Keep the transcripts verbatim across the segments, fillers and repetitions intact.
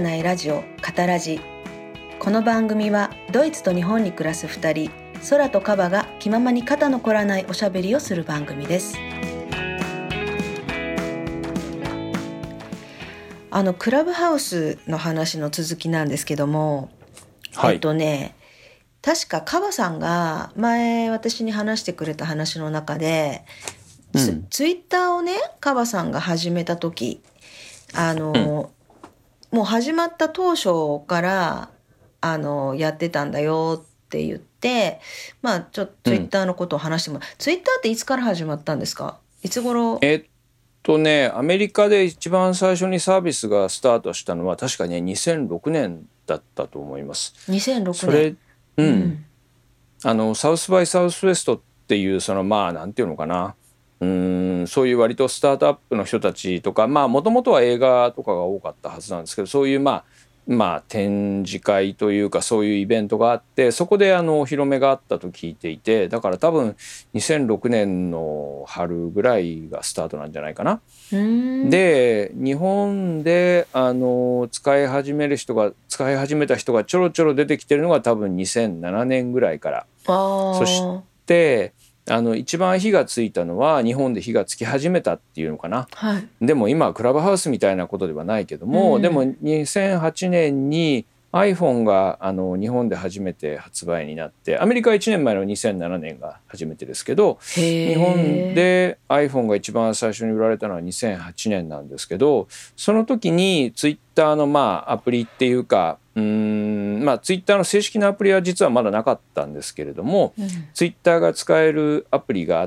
ないラジオカタラジ。この番組はドイツと日本に暮らすふたり、空とカバが気ままに肩の凝らないおしゃべりをする番組です。あのクラブハウスの話の続きなんですけども、はい、えっとね確かカバさんが前私に話してくれた話の中で、うん、ツ, ツイッターをねカバさんが始めた時、あの、うん、もう始まった当初からあのやってたんだよって言って、まあちょっとツイッターのことを話しても、うん、ツイッターっていつから始まったんですか？いつ頃？ えっとねアメリカで一番最初にサービスがスタートしたのは確かねにせんろくねんだったと思います。 にせんろくねん。 それ、うん、うん、あのサウスバイサウスウエストっていうそのまあなんていうのかな、うーんそういう割とスタートアップの人たちとか、まあもともとは映画とかが多かったはずなんですけど、そういうまあまあ展示会というかそういうイベントがあって、そこであのお披露目があったと聞いていて、だから多分にせんろくねんの春ぐらいがスタートなんじゃないかな。で日本であの使い始める人が使い始めた人がちょろちょろ出てきてるのが多分にせんななねんぐらいから。そしてあの一番火がついたのは日本で火がつき始めたっていうのかな、 はい、 でも今はクラブハウスみたいなことではないけども、うん、でもにせんはちねんに iPhone があの日本で初めて発売になって、アメリカはいちねんまえのにせんななねんが初めてですけど、日本で iPhone が一番最初に売られたのはにせんはちねんなんですけど、その時に Twitter のまあアプリっていうか、うーんまあ Twitter の正式なアプリは実はまだなかったんですけれども、うん、Twitter が使えるアプリがあって、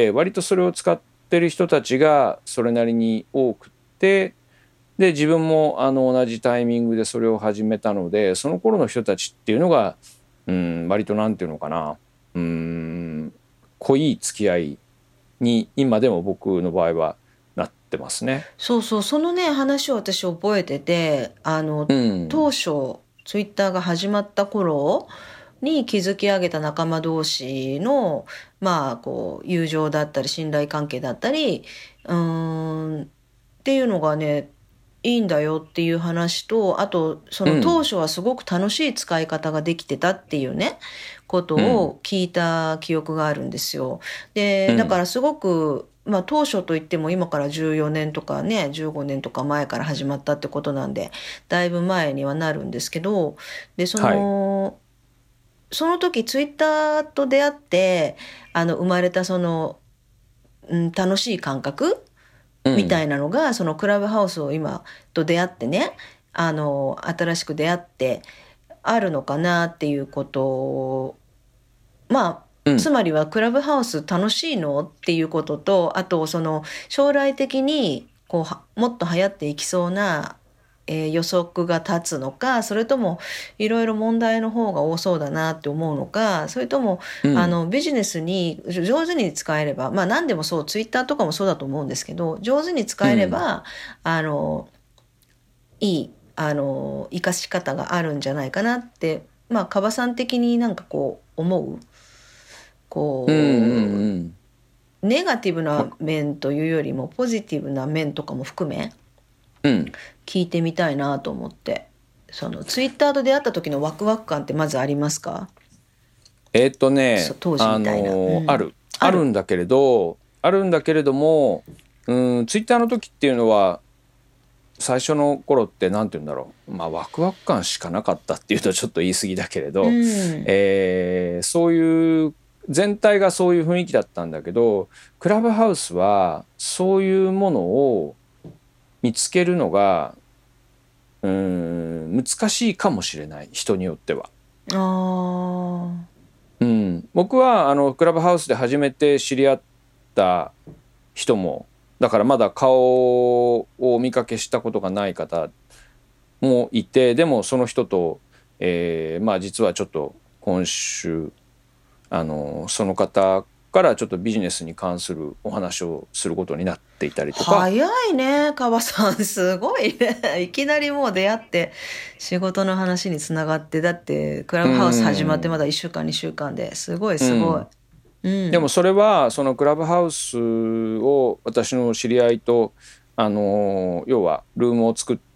割とそれを使ってる人たちがそれなりに多くて、で自分もあの同じタイミングでそれを始めたので、その頃の人たちっていうのがうん割となんていうのかな、うん濃い付き合いに今でも僕の場合はなってますね。 そうそう、そのね話を私覚えてて、あの、うん、当初ツイッターが始まった頃に築き上げた仲間同士のまあこう友情だったり信頼関係だったりうーんっていうのがねいいんだよっていう話と、あとその当初はすごく楽しい使い方ができてたっていうね、うん、ことを聞いた記憶があるんですよ。でだからすごく、まあ、当初といっても今からじゅうよねんとかねじゅうごねんとか前から始まったってことなんでだいぶ前にはなるんですけど、でその、はい、その時ツイッターと出会ってあの生まれたその、うん、楽しい感覚みたいなのが、うん、そのクラブハウスを今と出会ってね、あの新しく出会ってあるのかなっていうことを、まあ、うん、つまりはクラブハウス楽しいのっていうことと、あとその将来的にこうもっと流行っていきそうなえー、予測が立つのか、それともいろいろ問題の方が多そうだなって思うのか、それとも、うん、あのビジネスに上手に使えれば、まあ何でもそう、ツイッターとかもそうだと思うんですけど、上手に使えれば、うん、あのいいあの生かし方があるんじゃないかなって、まあカバさん的になんかこう思うこう、うんうんうん、ネガティブな面というよりもポジティブな面とかも含め、うん、聞いてみたいなと思って。そのツイッターと出会った時のワクワク感ってまずありますか？ えー、っとね当時みたいな、あのーうん、あるあるんだけれどあるんだけれども、うんツイッターの時っていうのは最初の頃ってなんて言うんだろう、まあワクワク感しかなかったっていうとちょっと言い過ぎだけれど、うん、えー、そういう全体がそういう雰囲気だったんだけど、クラブハウスはそういうものを見つけるのがうーん難しいかもしれない、人によっては。あ、うん、僕はあのクラブハウスで初めて知り合った人も、だからまだ顔をお見かけしたことがない方もいて、でもその人と、えー、まあ実はちょっと今週あのその方からちょっとビジネスに関するお話をすることになっていたりとか。 早いねカバさん、すごいね。いきなりもう出会って仕事の話につながって、だってクラブハウス始まってまだいっしゅうかんにしゅうかんですごいすごい、うんうん、 でもそれはそのクラブハウスを私の知り合いとあの要はルームを作って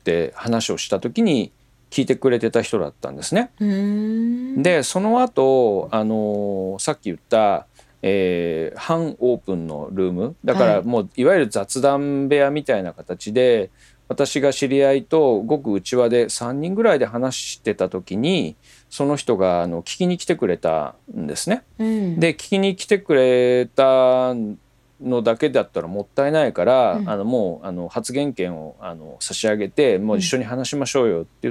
って話をした時に聞いてくれてた人だったんですね。でその後あのさっき言った、えー、半オープンのルームだからもういわゆる雑談部屋みたいな形で、私が知り合いとごく内輪でさんにんぐらいで話してた時にその人があの聞きに来てくれたんですね。うん、で聞きに来てくれたのだけだったらもったいないから、うん、あのもうあの発言権をあの差し上げてもう一緒に話しましょうよって言って、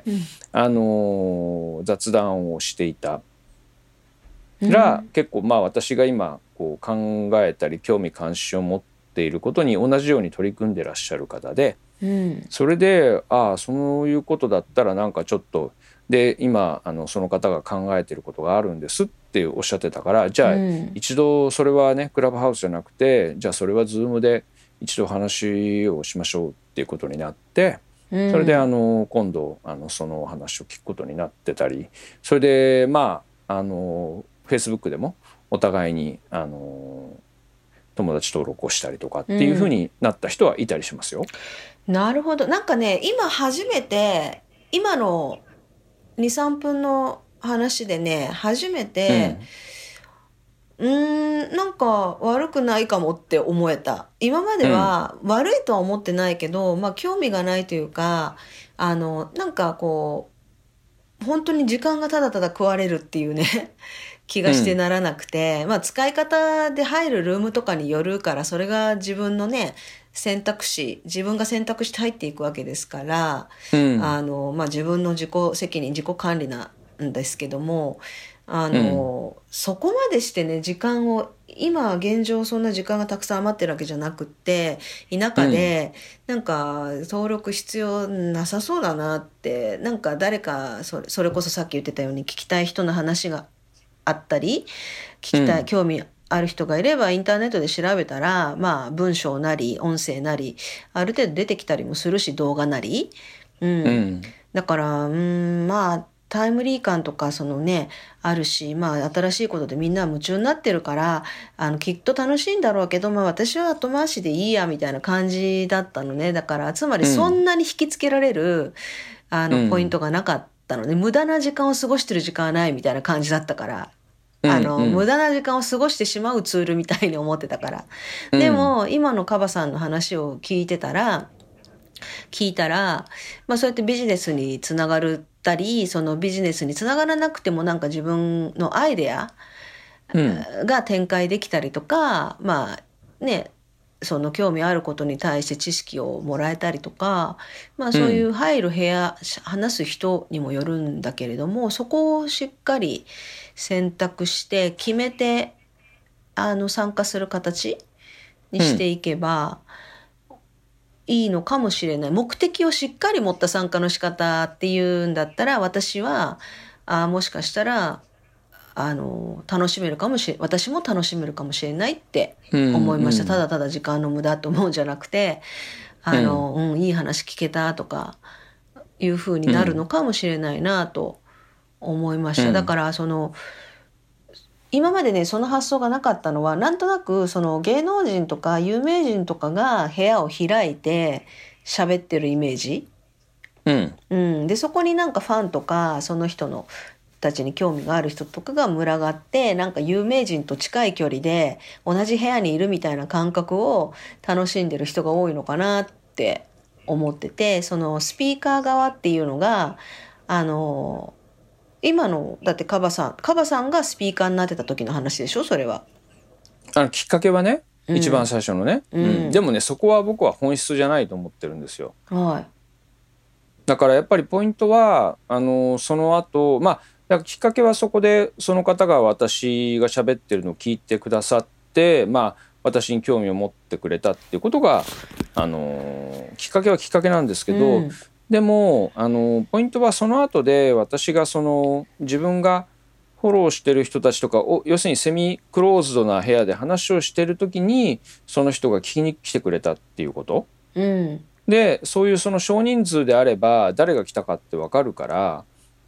うん、あの雑談をしていたら、うん、結構まあ私が今こう考えたり興味関心を持っていることに同じように取り組んでらっしゃる方で、うん、それでああそういうことだったらなんかちょっとで今あのその方が考えていることがあるんですっておっしゃってたから、じゃあ、うん、一度それはねクラブハウスじゃなくてじゃあそれはズームで一度話をしましょうっていうことになって、うん、それであの今度あのその話を聞くことになってたり、それでまああの Facebook でもお互いにあの友達登録をしたりとかっていう風になった人はいたりしますよ。 うん、なるほど。なんかね今初めて今のにさんぷんの話でね初めて、うん、うーんなんか悪くないかもって思えた。今までは悪いとは思ってないけど、うん、まあ興味がないというかあのなんかこう本当に時間がただただ食われるっていうね気がしてならなくて、うん、まあ使い方で入るルームとかによるからそれが自分のね選択肢自分が選択して入っていくわけですから、うん、あのまあ、自分の自己責任自己管理なんですけどもあの、うん、そこまでしてね時間を今現状そんな時間がたくさん余ってるわけじゃなくって田舎で、うん、なんか登録必要なさそうだなってなんか誰かそれ、それこそさっき言ってたように聞きたい人の話があったり聞きたい、うん、興味ある人がいればインターネットで調べたらまあ文章なり音声なりある程度出てきたりもするし動画なり、うんうん、だからうんまあタイムリー感とかそのねあるしまあ新しいことでみんな夢中になってるからあのきっと楽しいんだろうけどまあ私は後回しでいいやみたいな感じだったのね。だからつまりそんなに引きつけられる、うん、あのポイントがなかったので、うん、無駄な時間を過ごしてる時間はないみたいな感じだったからあの、うんうん、無駄な時間を過ごしてしまうツールみたいに思ってたから、うん、でも今のカバさんの話を聞いてたら聞いたら、まあ、そうやってビジネスにつながったりそのビジネスにつながらなくてもなんか自分のアイデアが展開できたりとか、うん、まあねその興味あることに対して知識をもらえたりとか、まあ、そういう入る部屋、うん、話す人にもよるんだけれどもそこをしっかり選択して決めてあの参加する形にしていけば、うん、いいのかもしれない。目的をしっかり持った参加の仕方っていうんだったら私はあもしかしたらあの楽しめるかもしれ私も楽しめるかもしれないって思いました、うんうん、ただただ時間の無駄と思うんじゃなくてあの、うんうん、いい話聞けたとかいう風になるのかもしれないなと思いました、うん、だからその今までねその発想がなかったのはなんとなくその芸能人とか有名人とかが部屋を開いて喋ってるイメージ、うんうん、でそこになんかファンとかその人のたちに興味がある人とかが群がってなんか有名人と近い距離で同じ部屋にいるみたいな感覚を楽しんでる人が多いのかなって思っててそのスピーカー側っていうのがあの今のだってカバさんカバさんがスピーカーになってた時の話でしょそれは。 あのきっかけはね、うん、一番最初のね、うんうん、でもねそこは僕は本質じゃないと思ってるんですよ、はい、だからやっぱりポイントはあのその後まあだからきっかけはそこでその方が私が喋ってるのを聞いてくださってまあ私に興味を持ってくれたっていうことがあのきっかけはきっかけなんですけど、うん、でもあのポイントはその後で私がその自分がフォローしてる人たちとかを要するにセミクローズドな部屋で話をしてる時にその人が聞きに来てくれたっていうこと、うん、でそういうその少人数であれば誰が来たかって分かるから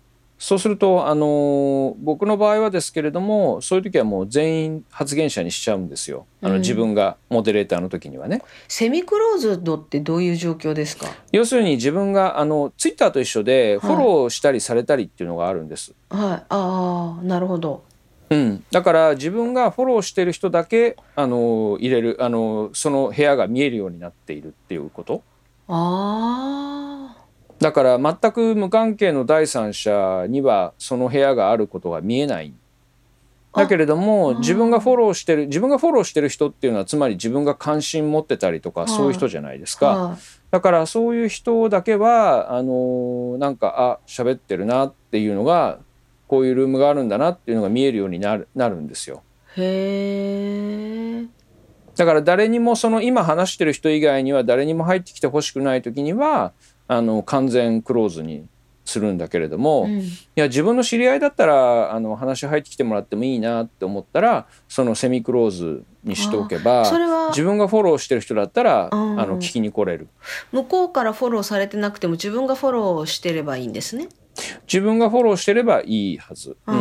そうすると、あの僕の場合はですけれども、そういう時はもう全員発言者にしちゃうんですよ。あの、うん、自分がモデレーターの時にはね。 セミクローズドってどういう状況ですか？ 要するに自分があのツイッターと一緒でフォローしたりされたりっていうのがあるんです。 はい、はい、ああ、なるほど。 うん、だから自分がフォローしてる人だけあの入れる、あのその部屋が見えるようになっているっていうこと。 ああ。 だから全く無関係の第三者にはその部屋があることが見えない。だけれども自分がフォローしてる自分がフォローしてる人っていうのはつまり自分が関心持ってたりとかそういう人じゃないですか。だからそういう人だけはあのなんかあ喋ってるなっていうのがこういうルームがあるんだなっていうのが見えるようになる、なるんですよ。 へー。 だから誰にもその今話してる人以外には誰にも入ってきてほしくない時にはあの完全クローズにするんだけれども、うん、いや自分の知り合いだったらあの話入ってきてもらってもいいなって思ったらそのセミクローズにしておけばそれは自分がフォローしてる人だったら、うん、あの聞きに来れる。 向こうからフォローされてなくても自分がフォローしてればいいんですね。 自分がフォローしてればいいはず。 うん、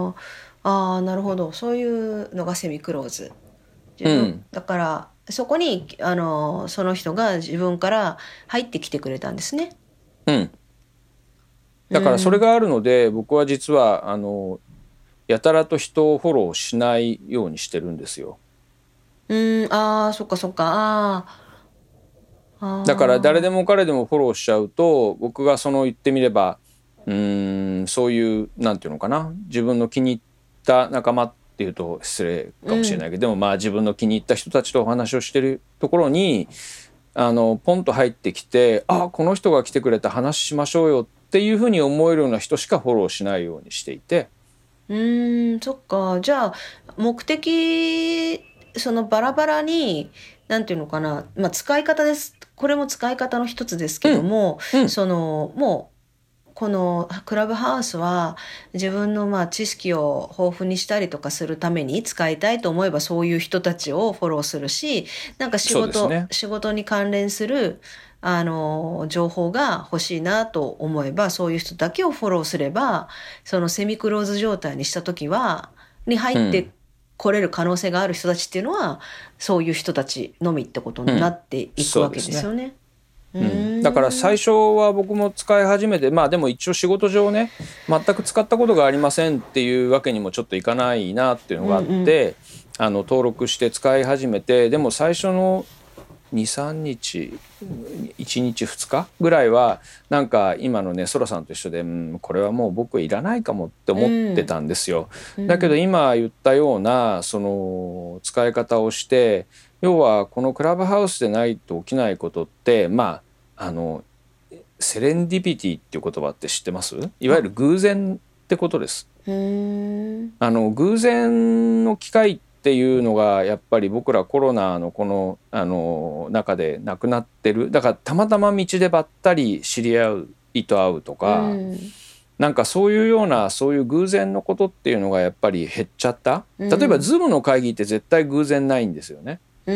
ああ、なるほど。そういうのがセミクローズ。自分、うん、だからそこにあのその人が自分から入ってきてくれたんですね。 うん。だからそれがあるので、うん、僕は実はあのやたらと人をフォローしないようにしてるんですよ。 うん、ああ、そっかそっか。ああ。だから誰でも彼でもフォローしちゃうと僕がその言ってみればうーんそういうなんていうのかな自分の気に入った仲間っていうと失礼かもしれないけど、うん、でもまあ自分の気に入った人たちとお話をしてるところにあのポンと入ってきてあこの人が来てくれた話しましょうよっていうふうに思えるような人しかフォローしないようにしていて。 うーんそっか。じゃあ目的そのバラバラになんていうのかな、まあ、使い方です。これも使い方の一つですけども、うんうん、そのもうこのクラブハウスは自分のまあ知識を豊富にしたりとかするために使いたいと思えばそういう人たちをフォローするし、なんか仕事、ね、仕事に関連するあの情報が欲しいなと思えばそういう人だけをフォローすればそのセミクローズ状態にした時はに入って来れる可能性がある人たちっていうのは、うん、そういう人たちのみってことになっていくわけですよね。 うん、だから最初は僕も使い始めてまあでも一応仕事上ね全く使ったことがありませんっていうわけにもちょっといかないなっていうのがあって、うんうん、あの登録して使い始めてでも最初の にさんにちいちにちふつかぐらいはなんか今のねソラさんと一緒で、うん、これはもう僕いらないかもって思ってたんですよ、うん、だけど今言ったようなその使い方をして要はこのクラブハウスでないと起きないことってまああのセレンディピティっていう言葉って知ってます？いわゆる偶然ってことです。あの偶然の機会っていうのがやっぱり僕らコロナのこのあの中でなくなってる。だからたまたま道でばったり知り合う糸合うとかなんかそういうようなそういう偶然のことっていうのがやっぱり減っちゃった。例えばズームの会議って絶対偶然ないんですよね。うん、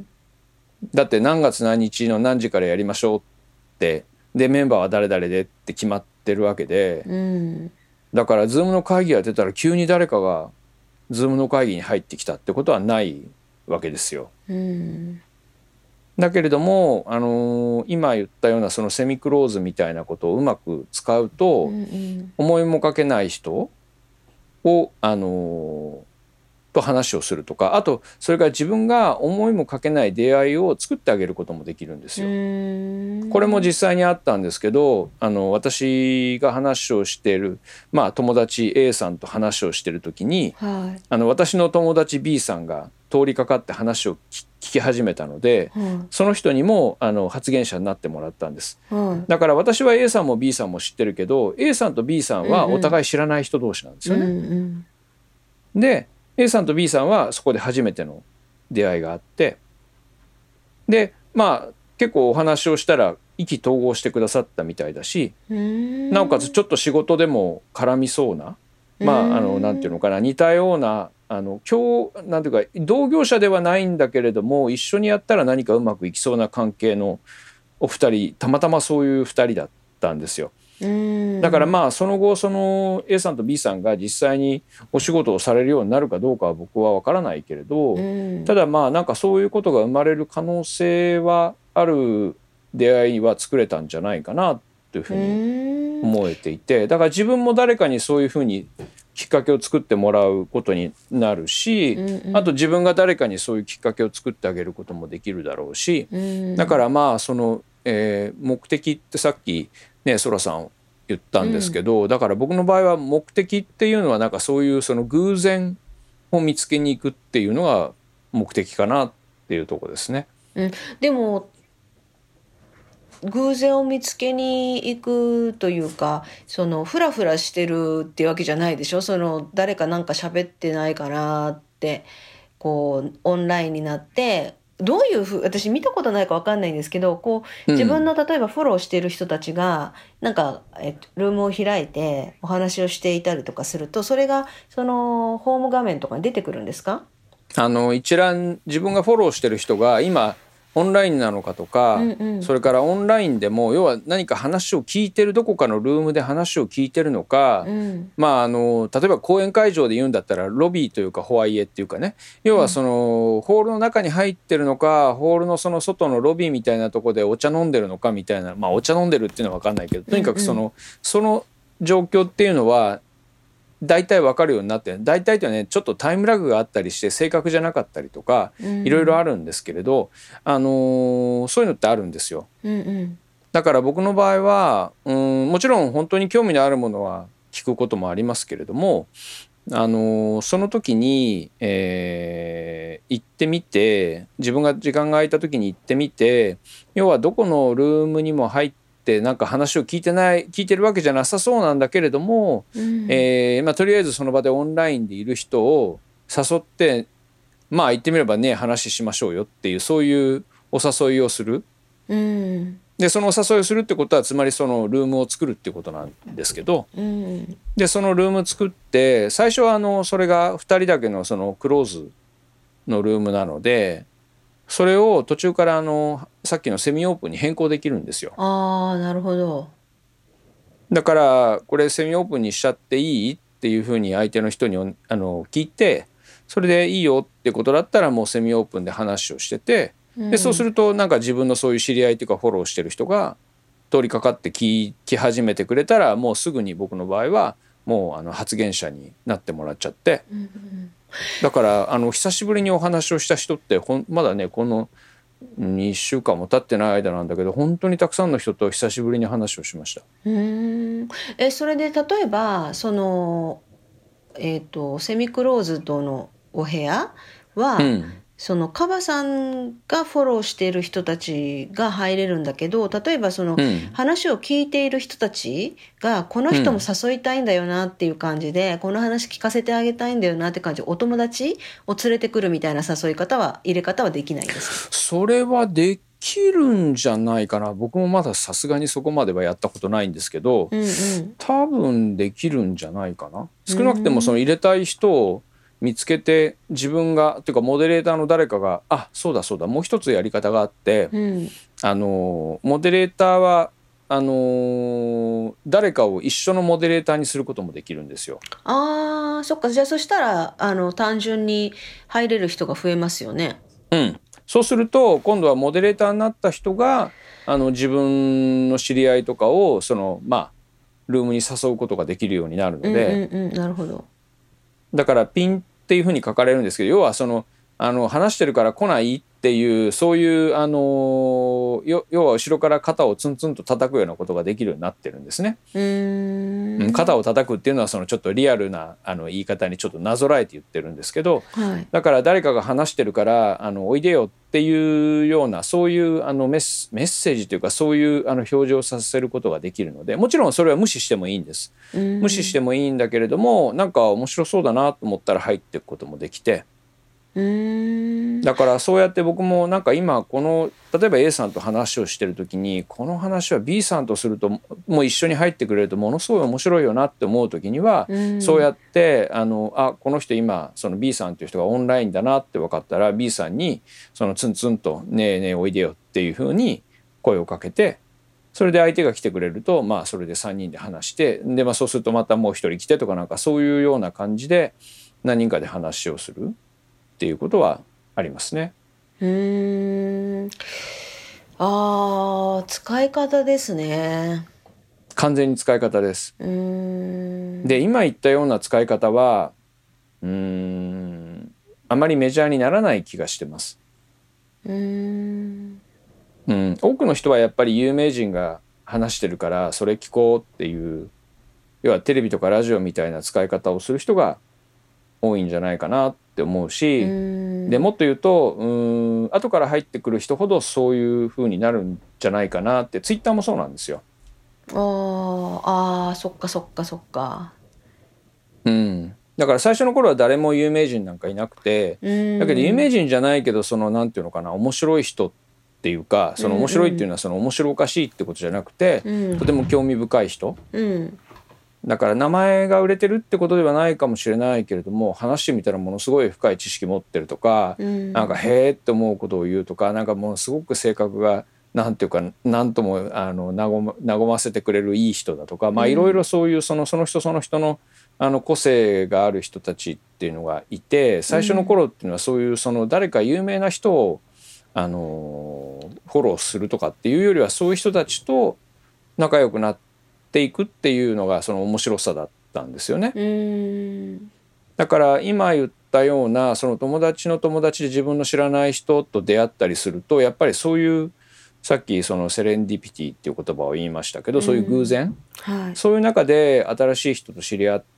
だって何月何日の何時からやりましょうってでメンバーは誰々でって決まってるわけで、うん、だからズームの会議やってたら急に誰かがズームの会議に入ってきたってことはないわけですよ。うん、だけれども、あのー、今言ったようなそのセミクローズみたいなことをうまく使うと、うんうん、思いもかけない人をあのーと話をするとかあとそれから自分が思いもかけない出会いを作ってあげることもできるんですよ。これも実際にあったんですけどあの私が話をしている、まあ、友達 A さんと話をしている時に、はい、あの私の友達 B さんが通りかかって話を聞き始めたので、はい、その人にもあの発言者になってもらったんです、はい、だから私は A さんも B さんも知ってるけど A さんと B さんはお互い知らない人同士なんですよね、うんうん、でA さんと B さんはそこで初めての出会いがあってでまあ結構お話をしたら意気投合してくださったみたいだしなおかつちょっと仕事でも絡みそうなまああのなんていうのかな似たようなあの今日なんていうか同業者ではないんだけれども一緒にやったら何かうまくいきそうな関係のお二人たまたまそういう二人だったんですよ。 だからまあその後その A さんと B さんが実際にお仕事をされるようになるかどうかは僕は分からないけれど、ただまあなんかそういうことが生まれる可能性はある出会いは作れたんじゃないかなというふうに思えていて、だから自分も誰かにそういうふうにきっかけを作ってもらうことになるし、あと自分が誰かにそういうきっかけを作ってあげることもできるだろうし、だからまあその、えー、目的ってさっきねそらさん言ったんですけど、だから僕の場合は目的っていうのはなんかそういうその偶然を見つけに行くっていうのが目的かなっていうところですね。 うん、でも偶然を見つけに行くというか、そのフラフラしてるっていうわけじゃないでしょ。その誰かなんか喋ってないかなってこうオンラインになって、どういうふう、私見たことないか分かんないんですけど、こう自分の例えばフォローしてる人たちがなんか、えっと、ルームを開いてお話をしていたりとかすると、それがそのホーム画面とかに出てくるんですか？ あの一覧、自分がフォローしてる人が今オンラインなのかとか、うんうん、それからオンラインでも要は何か話を聞いてる、どこかのルームで話を聞いてるのか、うん、まああの例えば講演会場で言うんだったらロビーというかホワイエっていうかね、要はその、うん、ホールの中に入ってるのか、ホールのその外のロビーみたいなとこでお茶飲んでるのかみたいな、まあお茶飲んでるっていうのは分かんないけど、とにかくその、うんうん、その状況っていうのは大体分かるようになって、大体というのはねちょっとタイムラグがあったりして正確じゃなかったりとか、うん、いろいろあるんですけれど、あのー、そういうのってあるんですよ、うんうん、だから僕の場合はうんもちろん本当に興味のあるものは聞くこともありますけれども、あのー、その時に、えー、行ってみて、自分が時間が空いた時に行ってみて、要はどこのルームにも入ってなんか話を聞いてない聞いてるわけじゃなさそうなんだけれども、うんえーまあ、とりあえずその場でオンラインでいる人を誘って、まあ言ってみればね話しましょうよっていう、そういうお誘いをする、うん、でそのお誘いをするってことはつまりそのルームを作るってことなんですけど、うん、でそのルーム作って最初はあのそれがふたりだけのそのクローズのルームなので、それを途中からあのさっきのセミオープンに変更できるんですよ。 ああ、なるほど。 だからこれセミオープンにしちゃっていいっていうふうに相手の人にあの聞いて、それでいいよってことだったらもうセミオープンで話をしてて、でそうするとなんか自分のそういう知り合いというかフォローしてる人が通りかかって聞き始めてくれたら、もうすぐに僕の場合はもうあの発言者になってもらっちゃって、うんうんだからあの久しぶりにお話をした人ってほんまだねこのにしゅうかんも経ってない間なんだけど、本当にたくさんの人と久しぶりに話をしました。 うーんえそれで例えばその、えーと、セミクローズドのお部屋は、うん、そのカバさんがフォローしている人たちが入れるんだけど、例えばその、うん、話を聞いている人たちがこの人も誘いたいんだよなっていう感じで、うん、この話聞かせてあげたいんだよなって感じでお友達を連れてくるみたいな誘い方は入れ方はできないんですか？ それはできるんじゃないかな。僕もまださすがにそこまではやったことないんですけど、うんうん、多分できるんじゃないかな。少なくてもその入れたい人を見つけて、自分がというかモデレーターの誰かがあそうだそうだもう一つやり方があって、うん、あのモデレーターはあの誰かを一緒のモデレーターにすることもできるんですよ。 あーそっか。じゃあそしたらあの単純に入れる人が増えますよね。 うん、そうすると今度はモデレーターになった人があの自分の知り合いとかをそのまあルームに誘うことができるようになるので、 うんうんうん、なるほど。 だからピンっていうふうに書かれるんですけど、要はそのあの話してるから来ないっていうそういうあの要は後ろから肩をツンツンと叩くようなことができるようになってるんですね。うーん肩を叩くっていうのはそのちょっとリアルなあの言い方にちょっとなぞらえて言ってるんですけど、はい、だから誰かが話してるからあのおいでよっていうようなそういうあのメッ、メッセージというかそういうあの表示をさせることができるので、もちろんそれは無視してもいいんです。無視してもいいんだけれども、なんか面白そうだなと思ったら入っていくこともできて、うーんだからそうやって僕もなんか今この例えば A さんと話をしてる時にこの話は B さんとするともう一緒に入ってくれるとものすごい面白いよなって思う時には、うそうやってあのあこの人今その B さんっていう人がオンラインだなって分かったら B さんにそのツンツンとねえねえおいでよっていう風に声をかけてそれで相手が来てくれると、まあ、それでさんにんで話してで、まあ、そうするとまたもうひとり来てとかなんかそういうような感じで何人かで話をするっていうことはありますね。 うーん、あー、使い方ですね。 完全に使い方です。 うーんで今言ったような使い方はうーんあまりメジャーにならない気がしてます。 うーんうん、多くの人はやっぱり有名人が話してるからそれ聞こうっていう、要はテレビとかラジオみたいな使い方をする人が多いんじゃないかなって思うし、でもっと言うとうーん後から入ってくる人ほどそういう風になるんじゃないかなって。ツイッターもそうなんですよ。 あーあー、そっかそっかそっか。 うん、だから最初の頃は誰も有名人なんかいなくて、だけど有名人じゃないけどそのなんていうのかな、面白い人っていうか、その面白いっていうのはその面白おかしいってことじゃなくて、 うん、 とても興味深い人、 うん、 だから名前が売れてるってことではないかもしれないけれども、話してみたらものすごい深い知識持ってるとか、 うん、 なんかへーって思うことを言うとか、なんかもうすごく性格がなんていうかなんともあの和ま、和ませてくれるいい人だとか、まあいろいろそういうそのその人その人のあの個性がある人たちっていうのがいて、最初の頃っていうのはそういうその誰か有名な人をあのフォローするとかっていうよりは、そういう人たちと仲良くなっていくっていうのがその面白さだったんですよね。 うーんだから今言ったようなその友達の友達で自分の知らない人と出会ったりすると、やっぱりそういうさっきそのセレンディピティっていう言葉を言いましたけど、そういう偶然、 はい、 そういう中で新しい人と知り合って、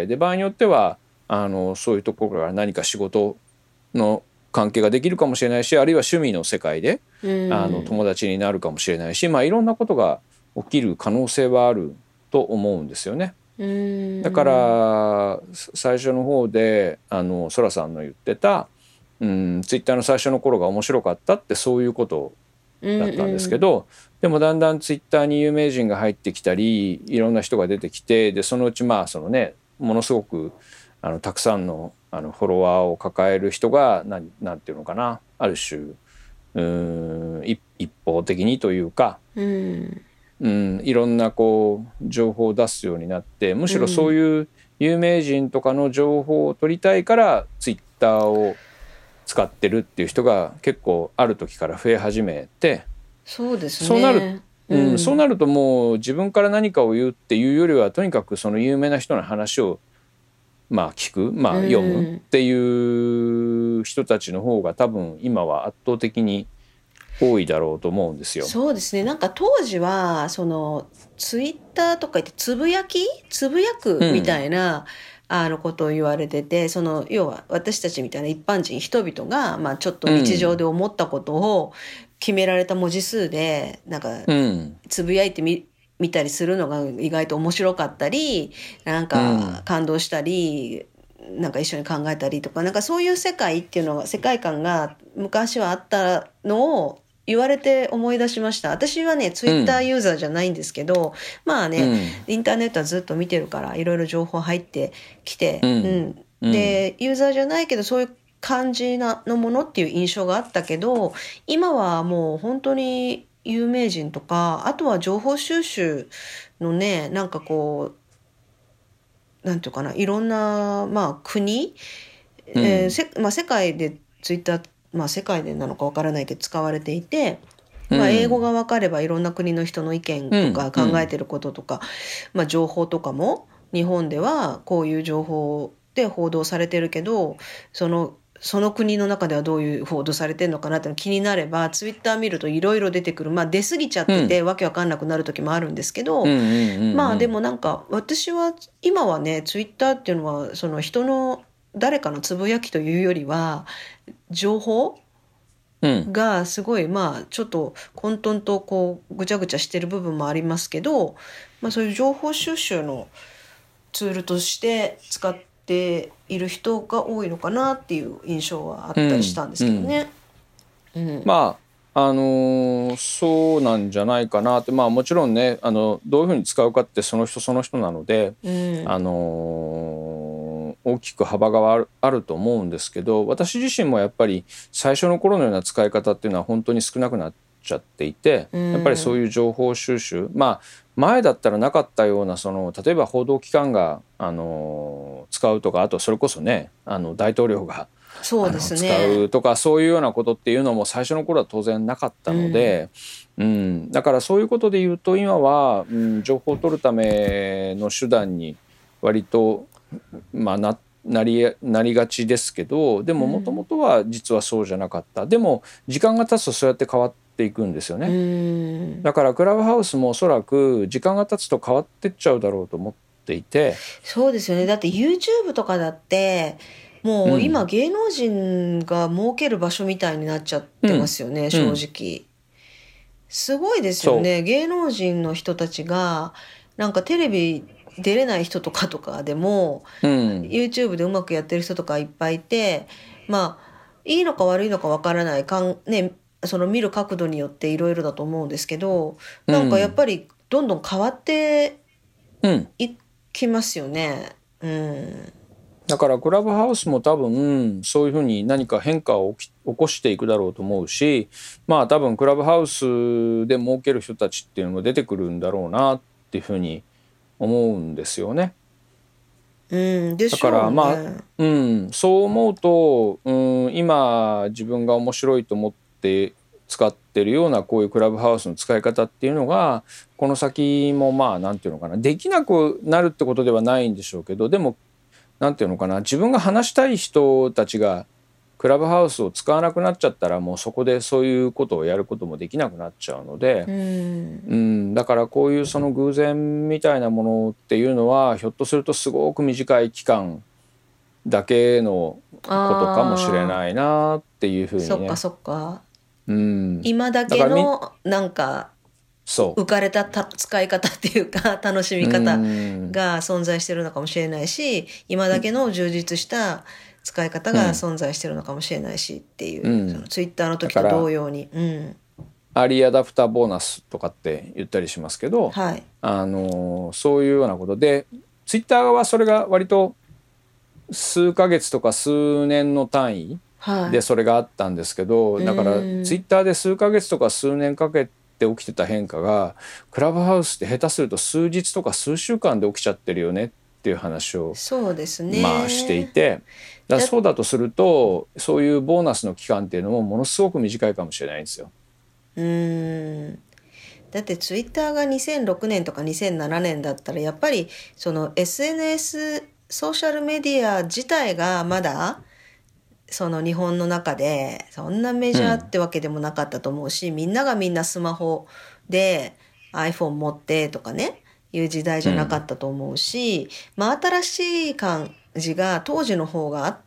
で場合によってはあのそういうところから何か仕事の関係ができるかもしれないし、あるいは趣味の世界であの友達になるかもしれないし、まあいろんなことが起きる可能性はあると思うんですよね。だから最初の方であのソラさんの言ってた、うん、ツイッターの最初の頃が面白かったってそういうことだったんですけど、うんうん、でもだんだんツイッターに有名人が入ってきたりいろんな人が出てきて、でそのうちまあそのねものすごくあのたくさんのあのフォロワーを抱える人がなんなんていうのかな、ある種うーん一方的にというか、 うんうん、いろんなこう情報を出すようになって、むしろそういう有名人とかの情報を取りたいからツイッターを使ってるっていう人が結構ある時から増え始めて、 そうですね、 そうなる、うん、 うん、 そうなるともう自分から何かを言うっていうよりはとにかくその有名な人の話をまあ聞く、まあ読むっていう人たちの方が多分今は圧倒的に多いだろうと思うんですよ。 そうですね、なんか当時はそのツイッターとか言ってつぶやきつぶやくみたいな、うん、あのことを言われてて、その要は私たちみたいな一般人人々が、まあ、ちょっと日常で思ったことを決められた文字数でなんかつぶやいてみ見たりするのが意外と面白かったり、なんか感動したり、うん、なんか一緒に考えたりとか、なんかそういう世界っていうのが世界観が昔はあったのを言われて思い出しました。私はねツイッターユーザーじゃないんですけど、うん、まあね、うん、インターネットはずっと見てるからいろいろ情報入ってきて、うんうん、でユーザーじゃないけどそういう感じなのものっていう印象があったけど、今はもう本当に有名人とか、あとは情報収集のね、なんかこうなんていうかな、いろんなまあ国、うん、えーせまあ、世界でツイッター、まあ、世界でなのかわからないけど使われていて、まあ、英語がわかればいろんな国の人の意見とか考えてることとか、まあ、情報とかも日本ではこういう情報で報道されてるけど、そのその国の中ではどういう報道されてるのかなって気になればツイッター見るといろいろ出てくる。まあ出過ぎちゃってて、うん、わけわかんなくなる時もあるんですけど、まあでもなんか私は今はねツイッターっていうのはその人の誰かのつぶやきというよりは情報がすごい、まあちょっと混沌とこうぐちゃぐちゃしてる部分もありますけど、まあ、そういう情報収集のツールとして使っている人が多いのかなっていう印象はあったりしたんですけどね。 うんうんうん、まああのー、そうなんじゃないかなって。まあもちろんね、あのどういうふうに使うかってその人その人なので、うん、あのー、大きく幅がある、あると思うんですけど、私自身もやっぱり最初の頃のような使い方っていうのは本当に少なくなっちゃっていて、やっぱりそういう情報収集、まあ前だったらなかったようなその例えば報道機関があの使うとか、あとそれこそねあの大統領がそうですね、 使うとかそういうようなことっていうのも最初の頃は当然なかったので、うんうん、だからそういうことで言うと今は、うん、情報を取るための手段に割と、まあ、な, な, りなりがちですけど、でももともとは実はそうじゃなかった、うん、でも時間が経つとそうやって変わっていくんですよね、うん、だからクラブハウスもおそらく時間が経つと変わってっちゃうだろうと思っていて。 そうですよね。だって YouTube とかだってもう今芸能人が儲ける場所みたいになっちゃってますよね、うん、正直、うん、すごいですよね。芸能人の人たちがなんかテレビ出れない人とかとかでも、うん、YouTube でうまくやってる人とかいっぱいいて、まあいいのか悪いのかわからないかん、ね、その見る角度によっていろいろだと思うんですけど、なんかやっぱりどんどん変わっていきますよね、うん、 だからクラブハウスも多分そういうふうに何か変化を起こしていくだろうと思うし、まあ多分クラブハウスで儲ける人たちっていうのも出てくるんだろうなっていうふうに思うんですよね。 うん、でしょうね。 だからまあ、うん、そう思うと、うん、今自分が面白いと思って使ってるようなこういうクラブハウスの使い方っていうのがこの先もまあなんていうのかな、できなくなるってことではないんでしょうけど、でもなんていうのかな、自分が話したい人たちがクラブハウスを使わなくなっちゃったらもうそこでそういうことをやることもできなくなっちゃうので、うん、うん、だからこういうその偶然みたいなものっていうのはひょっとするとすごく短い期間だけのことかもしれないなっていうふうにね。 そっかそっか、 うん、 今だけのなんかそう浮かれたた使い方っていうか楽しみ方が存在してるのかもしれないし、今だけの充実した使い方が存在してるのかもしれないしっていう、うん、そのツイッターの時と同様に、うん、 アーリーアダプターボーナスとかって言ったりしますけど、はい、あのそういうようなことでツイッターはそれが割と数ヶ月とか数年の単位でそれがあったんですけど、はい、だからツイッターで数ヶ月とか数年かけて起きてた変化がクラブハウスって下手すると数日とか数週間で起きちゃってるよねっていう話をそうですね、 まあしていて、だそうだとするとそういうボーナスの期間っていうのもものすごく短いかもしれないんですよ。 うーんだってツイッターがにせんろくねんとかにせんななねんだったらやっぱりその エスエヌエス ソーシャルメディア自体がまだその日本の中でそんなメジャーってわけでもなかったと思うし、うん、みんながみんなスマホで iPhone 持ってとかねいう時代じゃなかったと思うし、うん、まあ新しい感じが当時の方があった。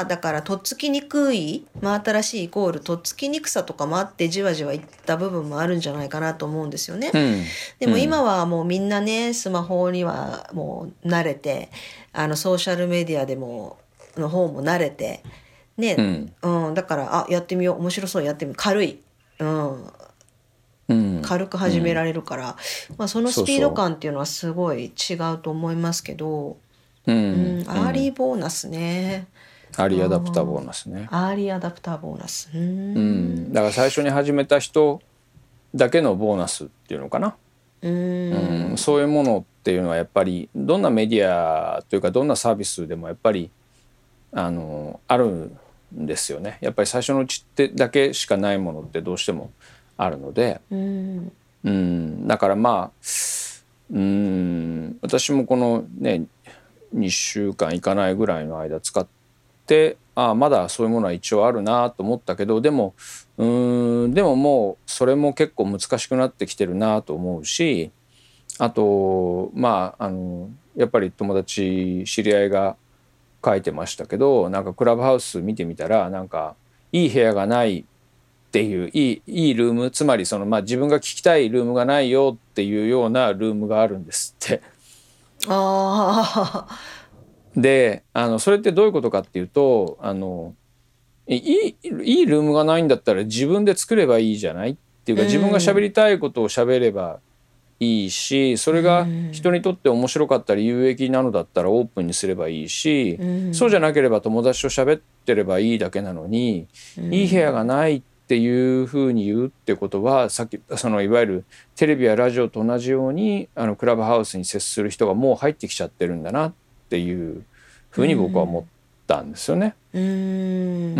だからとっつきにくい、まあ新しいイコールとっつきにくさとかもあってじわじわいった部分もあるんじゃないかなと思うんですよね、うん、でも今はもうみんなねスマホにはもう慣れて、あのソーシャルメディアでもの方も慣れてね、うんうん、だからあやってみよう面白そうやってみよう軽い、うんうん、軽く始められるから、うんまあ、そのスピード感っていうのはすごい違うと思いますけど、うんうん、アーリーボーナスね、 アーリーアダプターボーナスね。 アーリーアダプターボーナス。うん、 うん、だから最初に始めた人だけのボーナスっていうのかな。うん、うん、そういうものっていうのはやっぱりどんなメディアというかどんなサービスでもやっぱりあのあるんですよね。やっぱり最初のうちってだけしかないものってどうしてもあるので、うんうん、だからまあうん私もこのねにしゅうかんいかないぐらいの間使ってああまだそういうものは一応あるなと思ったけど、でもうーんでももうそれも結構難しくなってきてるなと思うし、あとまああのやっぱり友達知り合いが書いてましたけど、なんかクラブハウス見てみたらなんかいい部屋がないっていういい、いいルーム、つまりその、まあ、自分が聞きたいルームがないよっていうようなルームがあるんですって。あであのそれってどういうことかっていうとあのいい、いいルームがないんだったら自分で作ればいいじゃないっていうか、自分が喋りたいことを喋ればいいし、それが人にとって面白かったり有益なのだったらオープンにすればいいし、そうじゃなければ友達と喋ってればいいだけなのに、いい部屋がないってっていうふうに言うってことは、さっきそのいわゆるテレビやラジオと同じようにあのクラブハウスに接する人がもう入ってきちゃってるんだなっていうふうに僕は思ったんですよね。 うん、 うん、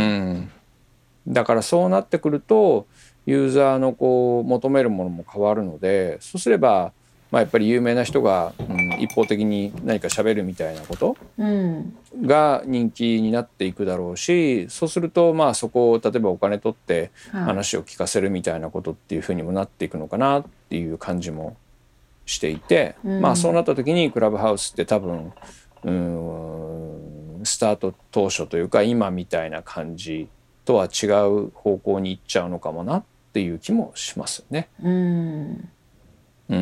だからそうなってくるとユーザーのこう求めるものも変わるので、そうすればまあ、やっぱり有名な人が、うん、一方的に何か喋るみたいなことが人気になっていくだろうし、そうするとまあそこを例えばお金取って話を聞かせるみたいなことっていうふうにもなっていくのかなっていう感じもしていて、うん、まあそうなった時にクラブハウスって多分うーんスタート当初というか今みたいな感じとは違う方向に行っちゃうのかもなっていう気もしますよね。 うんうん、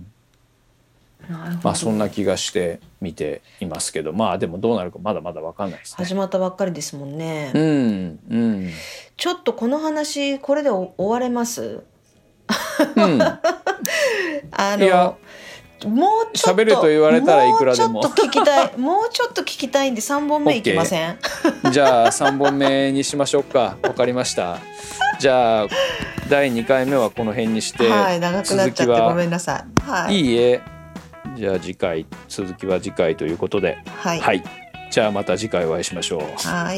まあそんな気がして見ていますけど、まあでもどうなるかまだまだ分かんないですね。 始まったばっかりですもんね。 うんうん、 ちょっとこの話これで終われます？ うん、 あのいやもうちょっと喋れと言われたらいくらでももうちょっと聞きたいもうちょっと聞きたいんでさんぼんめいきません？ じゃあさんぼんめにしましょうか。わかりました。じゃあだいにかいめはこの辺にして、 はい、長くなっちゃってごめんなさい。はい、 いいえ。じゃあ次回続きは次回ということで、 はい、 はい、じゃあまた次回お会いしましょう。 はい。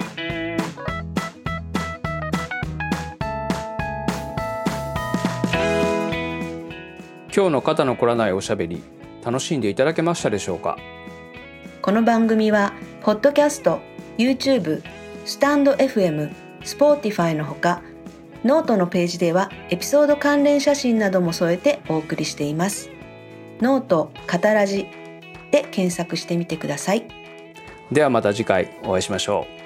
今日の肩の凝らないおしゃべり楽しんでいただけましたでしょうか。 この番組はポッドキャスト、YouTube、スタンド エフエム、Spotify のほかノートのページではエピソード関連写真なども添えてお送りしています。ノートカタラジで検索してみてください。 ではまた次回お会いしましょう。